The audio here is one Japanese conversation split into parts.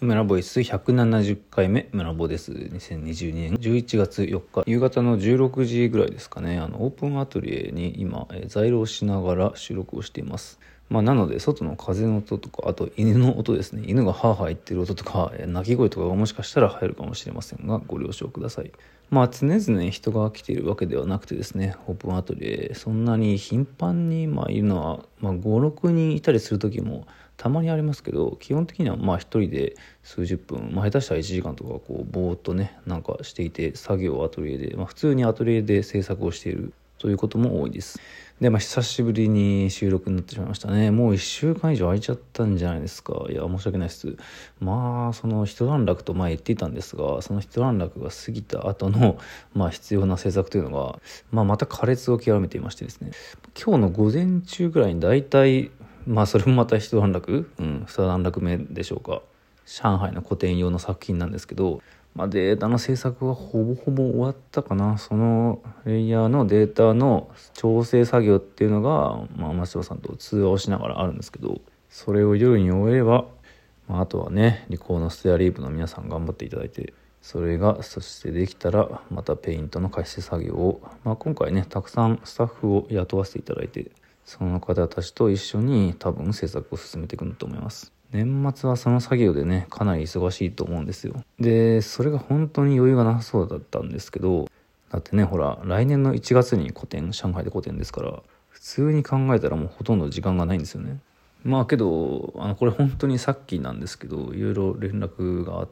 村ボイス170回目村ボです。2022年11月4日夕方の16時ぐらいですかね。オープンアトリエに今在廊しながら収録をしています。なので外の風の音とか、あと犬の音ですね。犬がハーハー言ってる音とか鳴き声とかがもしかしたら入るかもしれませんが、ご了承ください。常々人が来ているわけではなくてですね、オープンアトリエそんなに頻繁にいるのは、5、6人いたりする時もたまにありますけど、基本的には一人で数十分、下手したら1時間とかぼーっとねなんかしていて、作業をアトリエで、普通にアトリエで制作をしているということも多いです。で、久しぶりに収録になってしまいましたね。もう1週間以上空いちゃったんじゃないですか。いや、申し訳ないです。その一段落と言っていたんですが、その一段落が過ぎた後の必要な制作というのが、また苛烈を極めていましてですね、今日の午前中ぐらいにだいたいそれもまた一段落、二段落目でしょうか。上海の個展用の作品なんですけど、データの制作はほぼほぼ終わったかな。そのレイヤーのデータの調整作業っていうのが、松尾さんと通話をしながらあるんですけど、それを夜に終えれば、あとはね、リコーのステアリーブの皆さん頑張っていただいて、そしてできたらまたペイントの加湿作業を、今回ねたくさんスタッフを雇わせていただいて、その方たちと一緒に多分制作を進めていくんだと思います。年末はその作業でねかなり忙しいと思うんですよ。で、それが本当に余裕がなさそうだったんですけど、だってね、ほら来年の1月に上海で個展ですから、普通に考えたらもうほとんど時間がないんですよね。けどこれ本当にさっきなんですけど、いろいろ連絡があって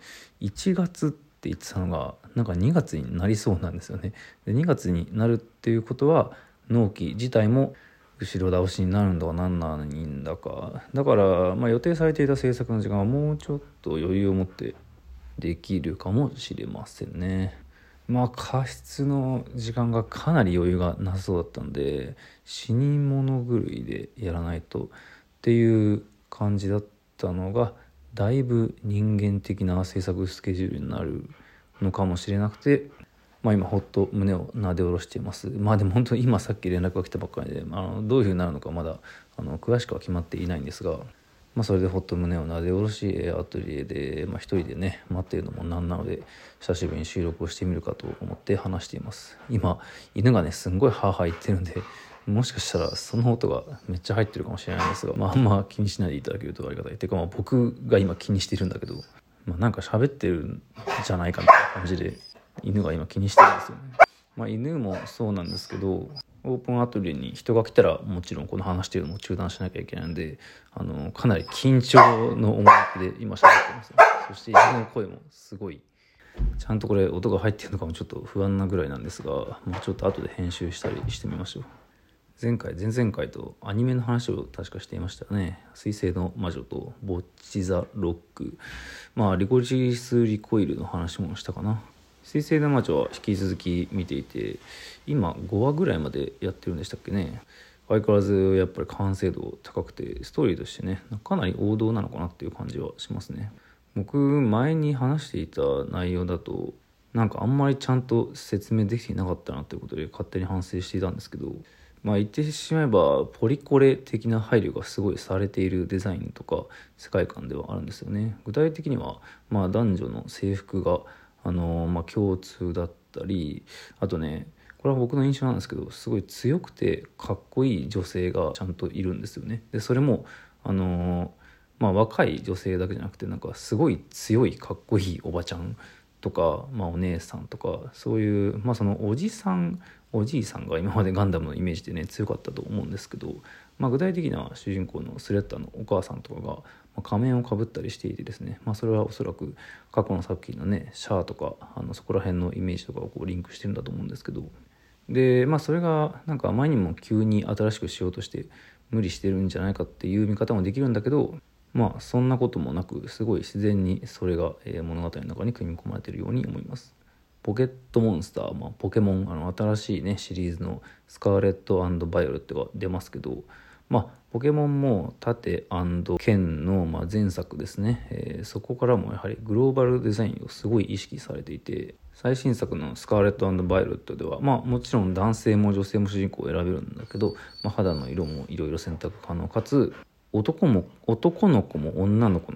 、1月って言ってたのがなんか2月になりそうなんですよね。で、2月になるっていうことは納期自体も後ろ倒しになるんだかなんないんだか、だから予定されていた制作の時間はもうちょっと余裕を持ってできるかもしれませんね。加湿の時間がかなり余裕がなさそうだったんで、死に物狂いでやらないとっていう感じだったのが、だいぶ人間的な制作スケジュールになるのかもしれなくて、今ほっと胸をなで下ろしています。でも本当に今さっき連絡が来たばっかりで、どういうふうになるのかまだ詳しくは決まっていないんですが、それでほっと胸をなで下ろし、アトリエで、一人でね待っているのもなんなので、久しぶりに収録をしてみるかと思って話しています。今犬がねすんごいハーハー言ってるんで、もしかしたらその音がめっちゃ入ってるかもしれないんですが、あんま気にしないでいただけるとありがたい。てか僕が今気にしてるんだけど、なんか喋ってるんじゃないかみたいな感じで犬が今気にしてるんですよね。犬もそうなんですけど、オープンアトリエに人が来たらもちろんこの話してるのも中断しなきゃいけないんで、かなり緊張の音楽で今喋ってます。そして犬の声もすごいちゃんとこれ音が入ってるのかもちょっと不安なぐらいなんですが、ちょっと後で編集したりしてみましょう。前々回とアニメの話を確かしていましたね。水星の魔女とボッチ・ザ・ロック、リコリス・リコイルの話もしたかな。水星の魔女は引き続き見ていて、今5話ぐらいまでやってるんでしたっけね。相変わらずやっぱり完成度高くて、ストーリーとしてねかなり王道なのかなっていう感じはしますね。僕前に話していた内容だとあんまりちゃんと説明できていなかったなということで勝手に反省していたんですけど、言ってしまえばポリコレ的な配慮がすごいされているデザインとか世界観ではあるんですよね。具体的には男女の制服が共通だったり、あとね、これは僕の印象なんですけど、すごい強くてかっこいい女性がちゃんといるんですよね。でそれも若い女性だけじゃなくて、すごい強いかっこいいおばちゃんとか、お姉さんとか、そういうそのおじいさんが今までガンダムのイメージでね強かったと思うんですけど、具体的な主人公のスレッタのお母さんとかが仮面をかぶったりしていてですね、それはおそらく過去の作品のねシャアとかそこら辺のイメージとかをリンクしてるんだと思うんですけど、でそれがあまりにも急に新しくしようとして無理してるんじゃないかっていう見方もできるんだけど、そんなこともなくすごい自然にそれが物語の中に組み込まれているように思います。ポケットモンスター、ポケモン新しいねシリーズのスカーレット&バイオレットが出ますけど、ポケモンも盾&剣の前作ですね、そこからもやはりグローバルデザインをすごい意識されていて、最新作のスカーレット&バイオレットではもちろん男性も女性も主人公を選べるんだけど、肌の色もいろいろ選択可能かつ男の子も女の子の格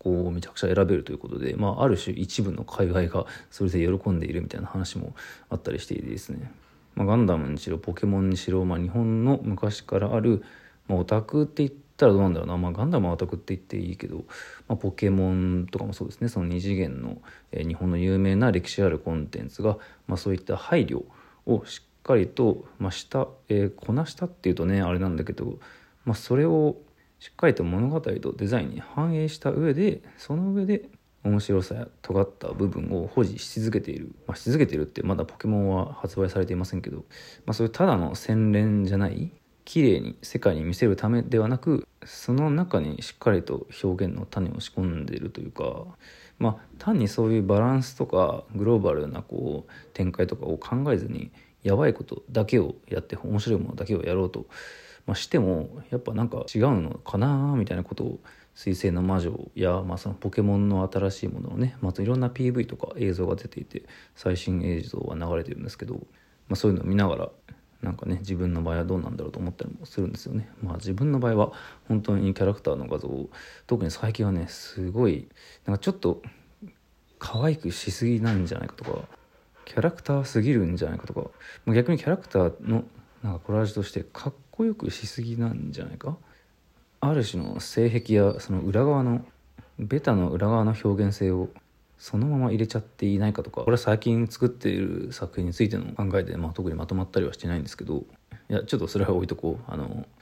こうめちゃくちゃ選べるということで、ある種一部の界隈がそれで喜んでいるみたいな話もあったりしていてですね、ガンダムにしろポケモンにしろ、日本の昔からある、オタクって言ったらどうなんだろうな、ガンダムはオタクって言っていいけど、ポケモンとかもそうですね、その二次元の、日本の有名な歴史あるコンテンツが、そういった配慮をしっかりと、こなしたっていうとねあれなんだけど、それをしっかりと物語とデザインに反映した上で、その上で面白さや尖った部分を保持し続けている、し続けているってまだポケモンは発売されていませんけど、そういうただの洗練じゃない綺麗に世界に見せるためではなく、その中にしっかりと表現の種を仕込んでいるというか、単にそういうバランスとかグローバルな展開とかを考えずにやばいことだけをやって面白いものだけをやろうと、してもやっぱなんか違うのかなみたいなことを水星の魔女や、そのポケモンの新しいものをね、いろんな PV とか映像が出ていて最新映像が流れてるんですけど、そういうのを見ながらなんかね自分の場合はどうなんだろうと思ったりもするんですよね。自分の場合は本当にキャラクターの画像を特に最近はねすごいなんかちょっと可愛くしすぎなんじゃないかとか、キャラクターすぎるんじゃないかとか、逆にキャラクターのなんかコラージュとしてかっこよくしすぎなんじゃないか、ある種の性癖やその裏側のベタの裏側の表現性をそのまま入れちゃっていないかとか、これは最近作っている作品についての考えで、特にまとまったりはしてないんですけど、いやちょっとそれは置いとこう。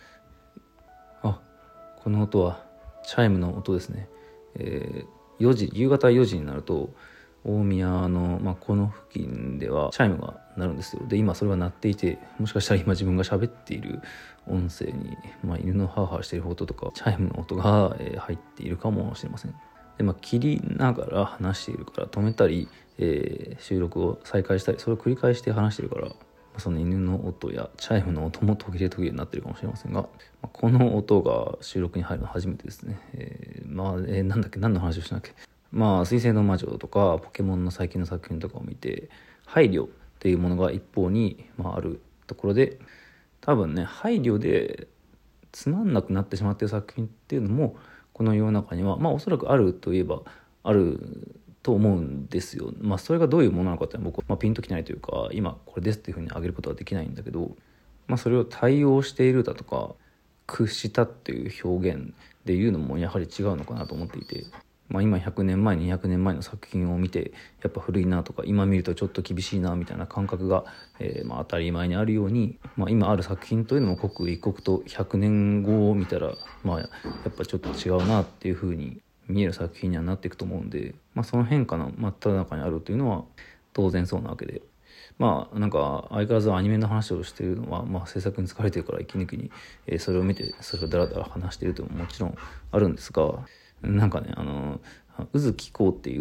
この音はチャイムの音ですね。夕方4時になると大宮の、この付近ではチャイムが鳴るんですよ。で今それが鳴っていて、もしかしたら今自分が喋っている音声に、犬のハーハーしている音とかチャイムの音が、入っているかもしれません。で切りながら話しているから止めたり、収録を再開したり、それを繰り返して話しているから、その犬の音やチャイムの音も途切れ途切れになっているかもしれませんが、この音が収録に入るのは初めてですね。なんだっけ、何の話をしたんだっけ。水星の魔女とかポケモンの最近の作品とかを見て、配慮っていうものが一方に、あるところで、多分ね配慮でつまんなくなってしまっている作品っていうのもこの世の中にはおそらくあるといえばあると思うんですよ。それがどういうものなのかっていうのは僕はピンときないというか、今これですっていうふうに挙げることはできないんだけど、それを対応しているだとか屈したっていう表現でいうのもやはり違うのかなと思っていて、今100年前200年前の作品を見てやっぱ古いなとか、今見るとちょっと厳しいなみたいな感覚が、当たり前にあるように、今ある作品というのも刻一刻と100年後を見たらやっぱちょっと違うなっていう風に見える作品にはなっていくと思うんで、その変化の真っ只中にあるというのは当然そうなわけで、なんか相変わらずアニメの話をしているのは、制作に疲れてるから息抜きに、それを見てそれをダラダラ話しているというのももちろんあるんですが、なんかね宇津木工っていう、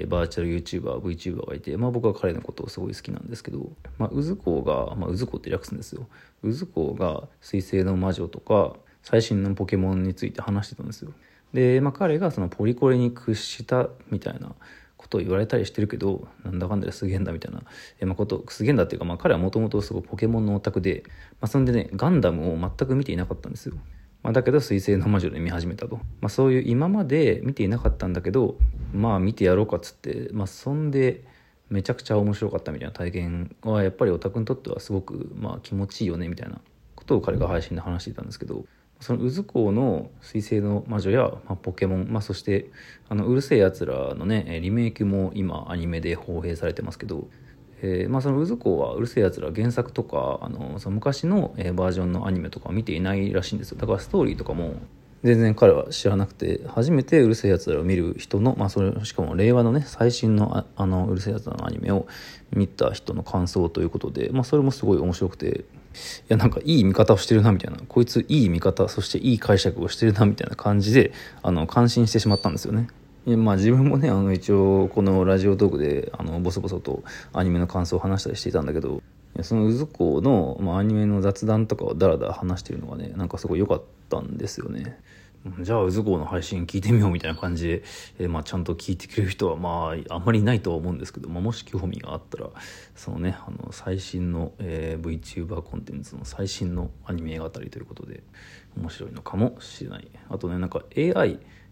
バーチャル YouTuber、VTuber がいて、僕は彼のことをすごい好きなんですけど、宇津工が、宇津工って略すんですよ。宇津工が水星の魔女とか最新のポケモンについて話してたんですよ。で、彼がそのポリコレに屈したみたいなことを言われたりしてるけど、なんだかんだですげえんだみたいな、ことすげえんだっていうか、彼はもともとすごいポケモンのオタクで、そんでねガンダムを全く見ていなかったんですよ。だけど水星の魔女で見始めたと、そういう今まで見ていなかったんだけど見てやろうかっつって、そんでめちゃくちゃ面白かったみたいな体験はやっぱりオタクにとってはすごく気持ちいいよねみたいなことを彼が配信で話していたんですけど、その宇津港の水星の魔女や、ポケモン、そしてうるせえやつらのねリメイクも今アニメで放映されてますけど、その宇津港はうるせえやつら原作とかその昔の、バージョンのアニメとか見ていないらしいんですよ。だからストーリーとかも全然彼は知らなくて、初めてうるせえやつらを見る人の、それしかも令和のね最新のうるせえやつらのアニメを見た人の感想ということで、それもすごい面白くて、いやなんかいい見方をしてるなみたいな、こいついい見方そしていい解釈をしてるなみたいな感じで感心してしまったんですよね。自分もね一応このラジオトークでボソボソとアニメの感想を話したりしていたんだけど、その宇津港の、アニメの雑談とかをダラダラ話しているのがねなんかすごい良かったんですよね。じゃあ宇津港の配信聞いてみようみたいな感じで、ちゃんと聞いてくれる人はあんまりいないとは思うんですけど、もし興味があったらそのね最新の、VTuber コンテンツの最新のアニメ語りということで面白いのかもしれない。あとねなんか AI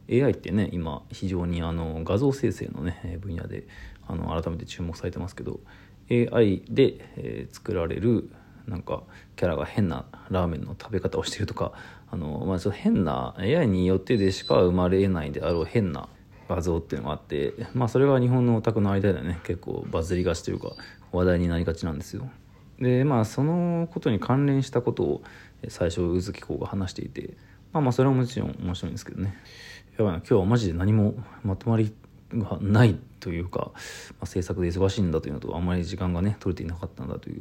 AI ってね今非常に画像生成のね分野で改めて注目されてますけど、 AI で、作られるなんかキャラが変なラーメンの食べ方をしてるとか、ちょっと変な AI によってでしか生まれないであろう変な画像っていうのがあって、それが日本のオタクの間でね結構バズりがちというか話題になりがちなんですよ。でそのことに関連したことを最初宇月子が話していて、それはもちろん面白いんですけどね、やばいな今日はマジで何もまとまりがないというか、制作で忙しいんだというのとあんまり時間がね取れていなかったんだという、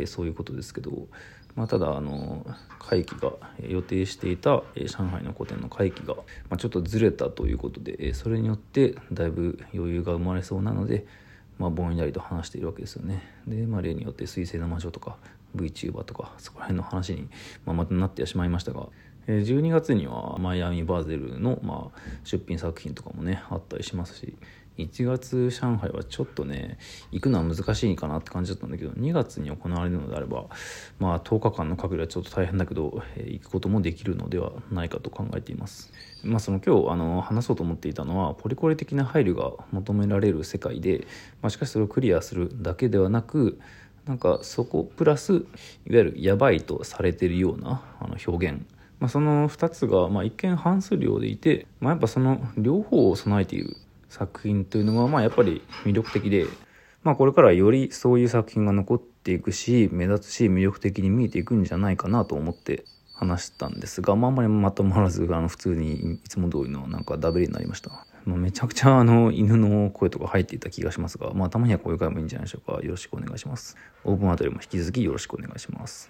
そういうことですけど、ただ会期が予定していた上海の個展の会期が、ちょっとずれたということで、それによってだいぶ余裕が生まれそうなので、ぼんやりと話しているわけですよね。で、例によって水星の魔女とか VTuber とかそこら辺の話に、またなってしまいましたが、12月にはマイアミバーゼルの、出品作品とかもねあったりしますし、1月上海はちょっとね行くのは難しいかなって感じだったんだけど、2月に行われるのであれば10日間の隔離はちょっと大変だけど、行くこともできるのではないかと考えています。その今日話そうと思っていたのはポリコレ的な配慮が求められる世界で、しかしそれをクリアするだけではなく、そこプラスいわゆるやばいとされているような表現、その2つが一見反するようでいて、やっぱその両方を備えている作品というのがやっぱり魅力的で、これからよりそういう作品が残っていくし目立つし魅力的に見えていくんじゃないかなと思って話したんですが、あんまりまとまらず普通にいつも通りのダベリになりました。めちゃくちゃ犬の声とか入っていた気がしますが、たまにはこういう回もいいんじゃないでしょうか。よろしくお願いします。オープンアトリエも引き続きよろしくお願いします。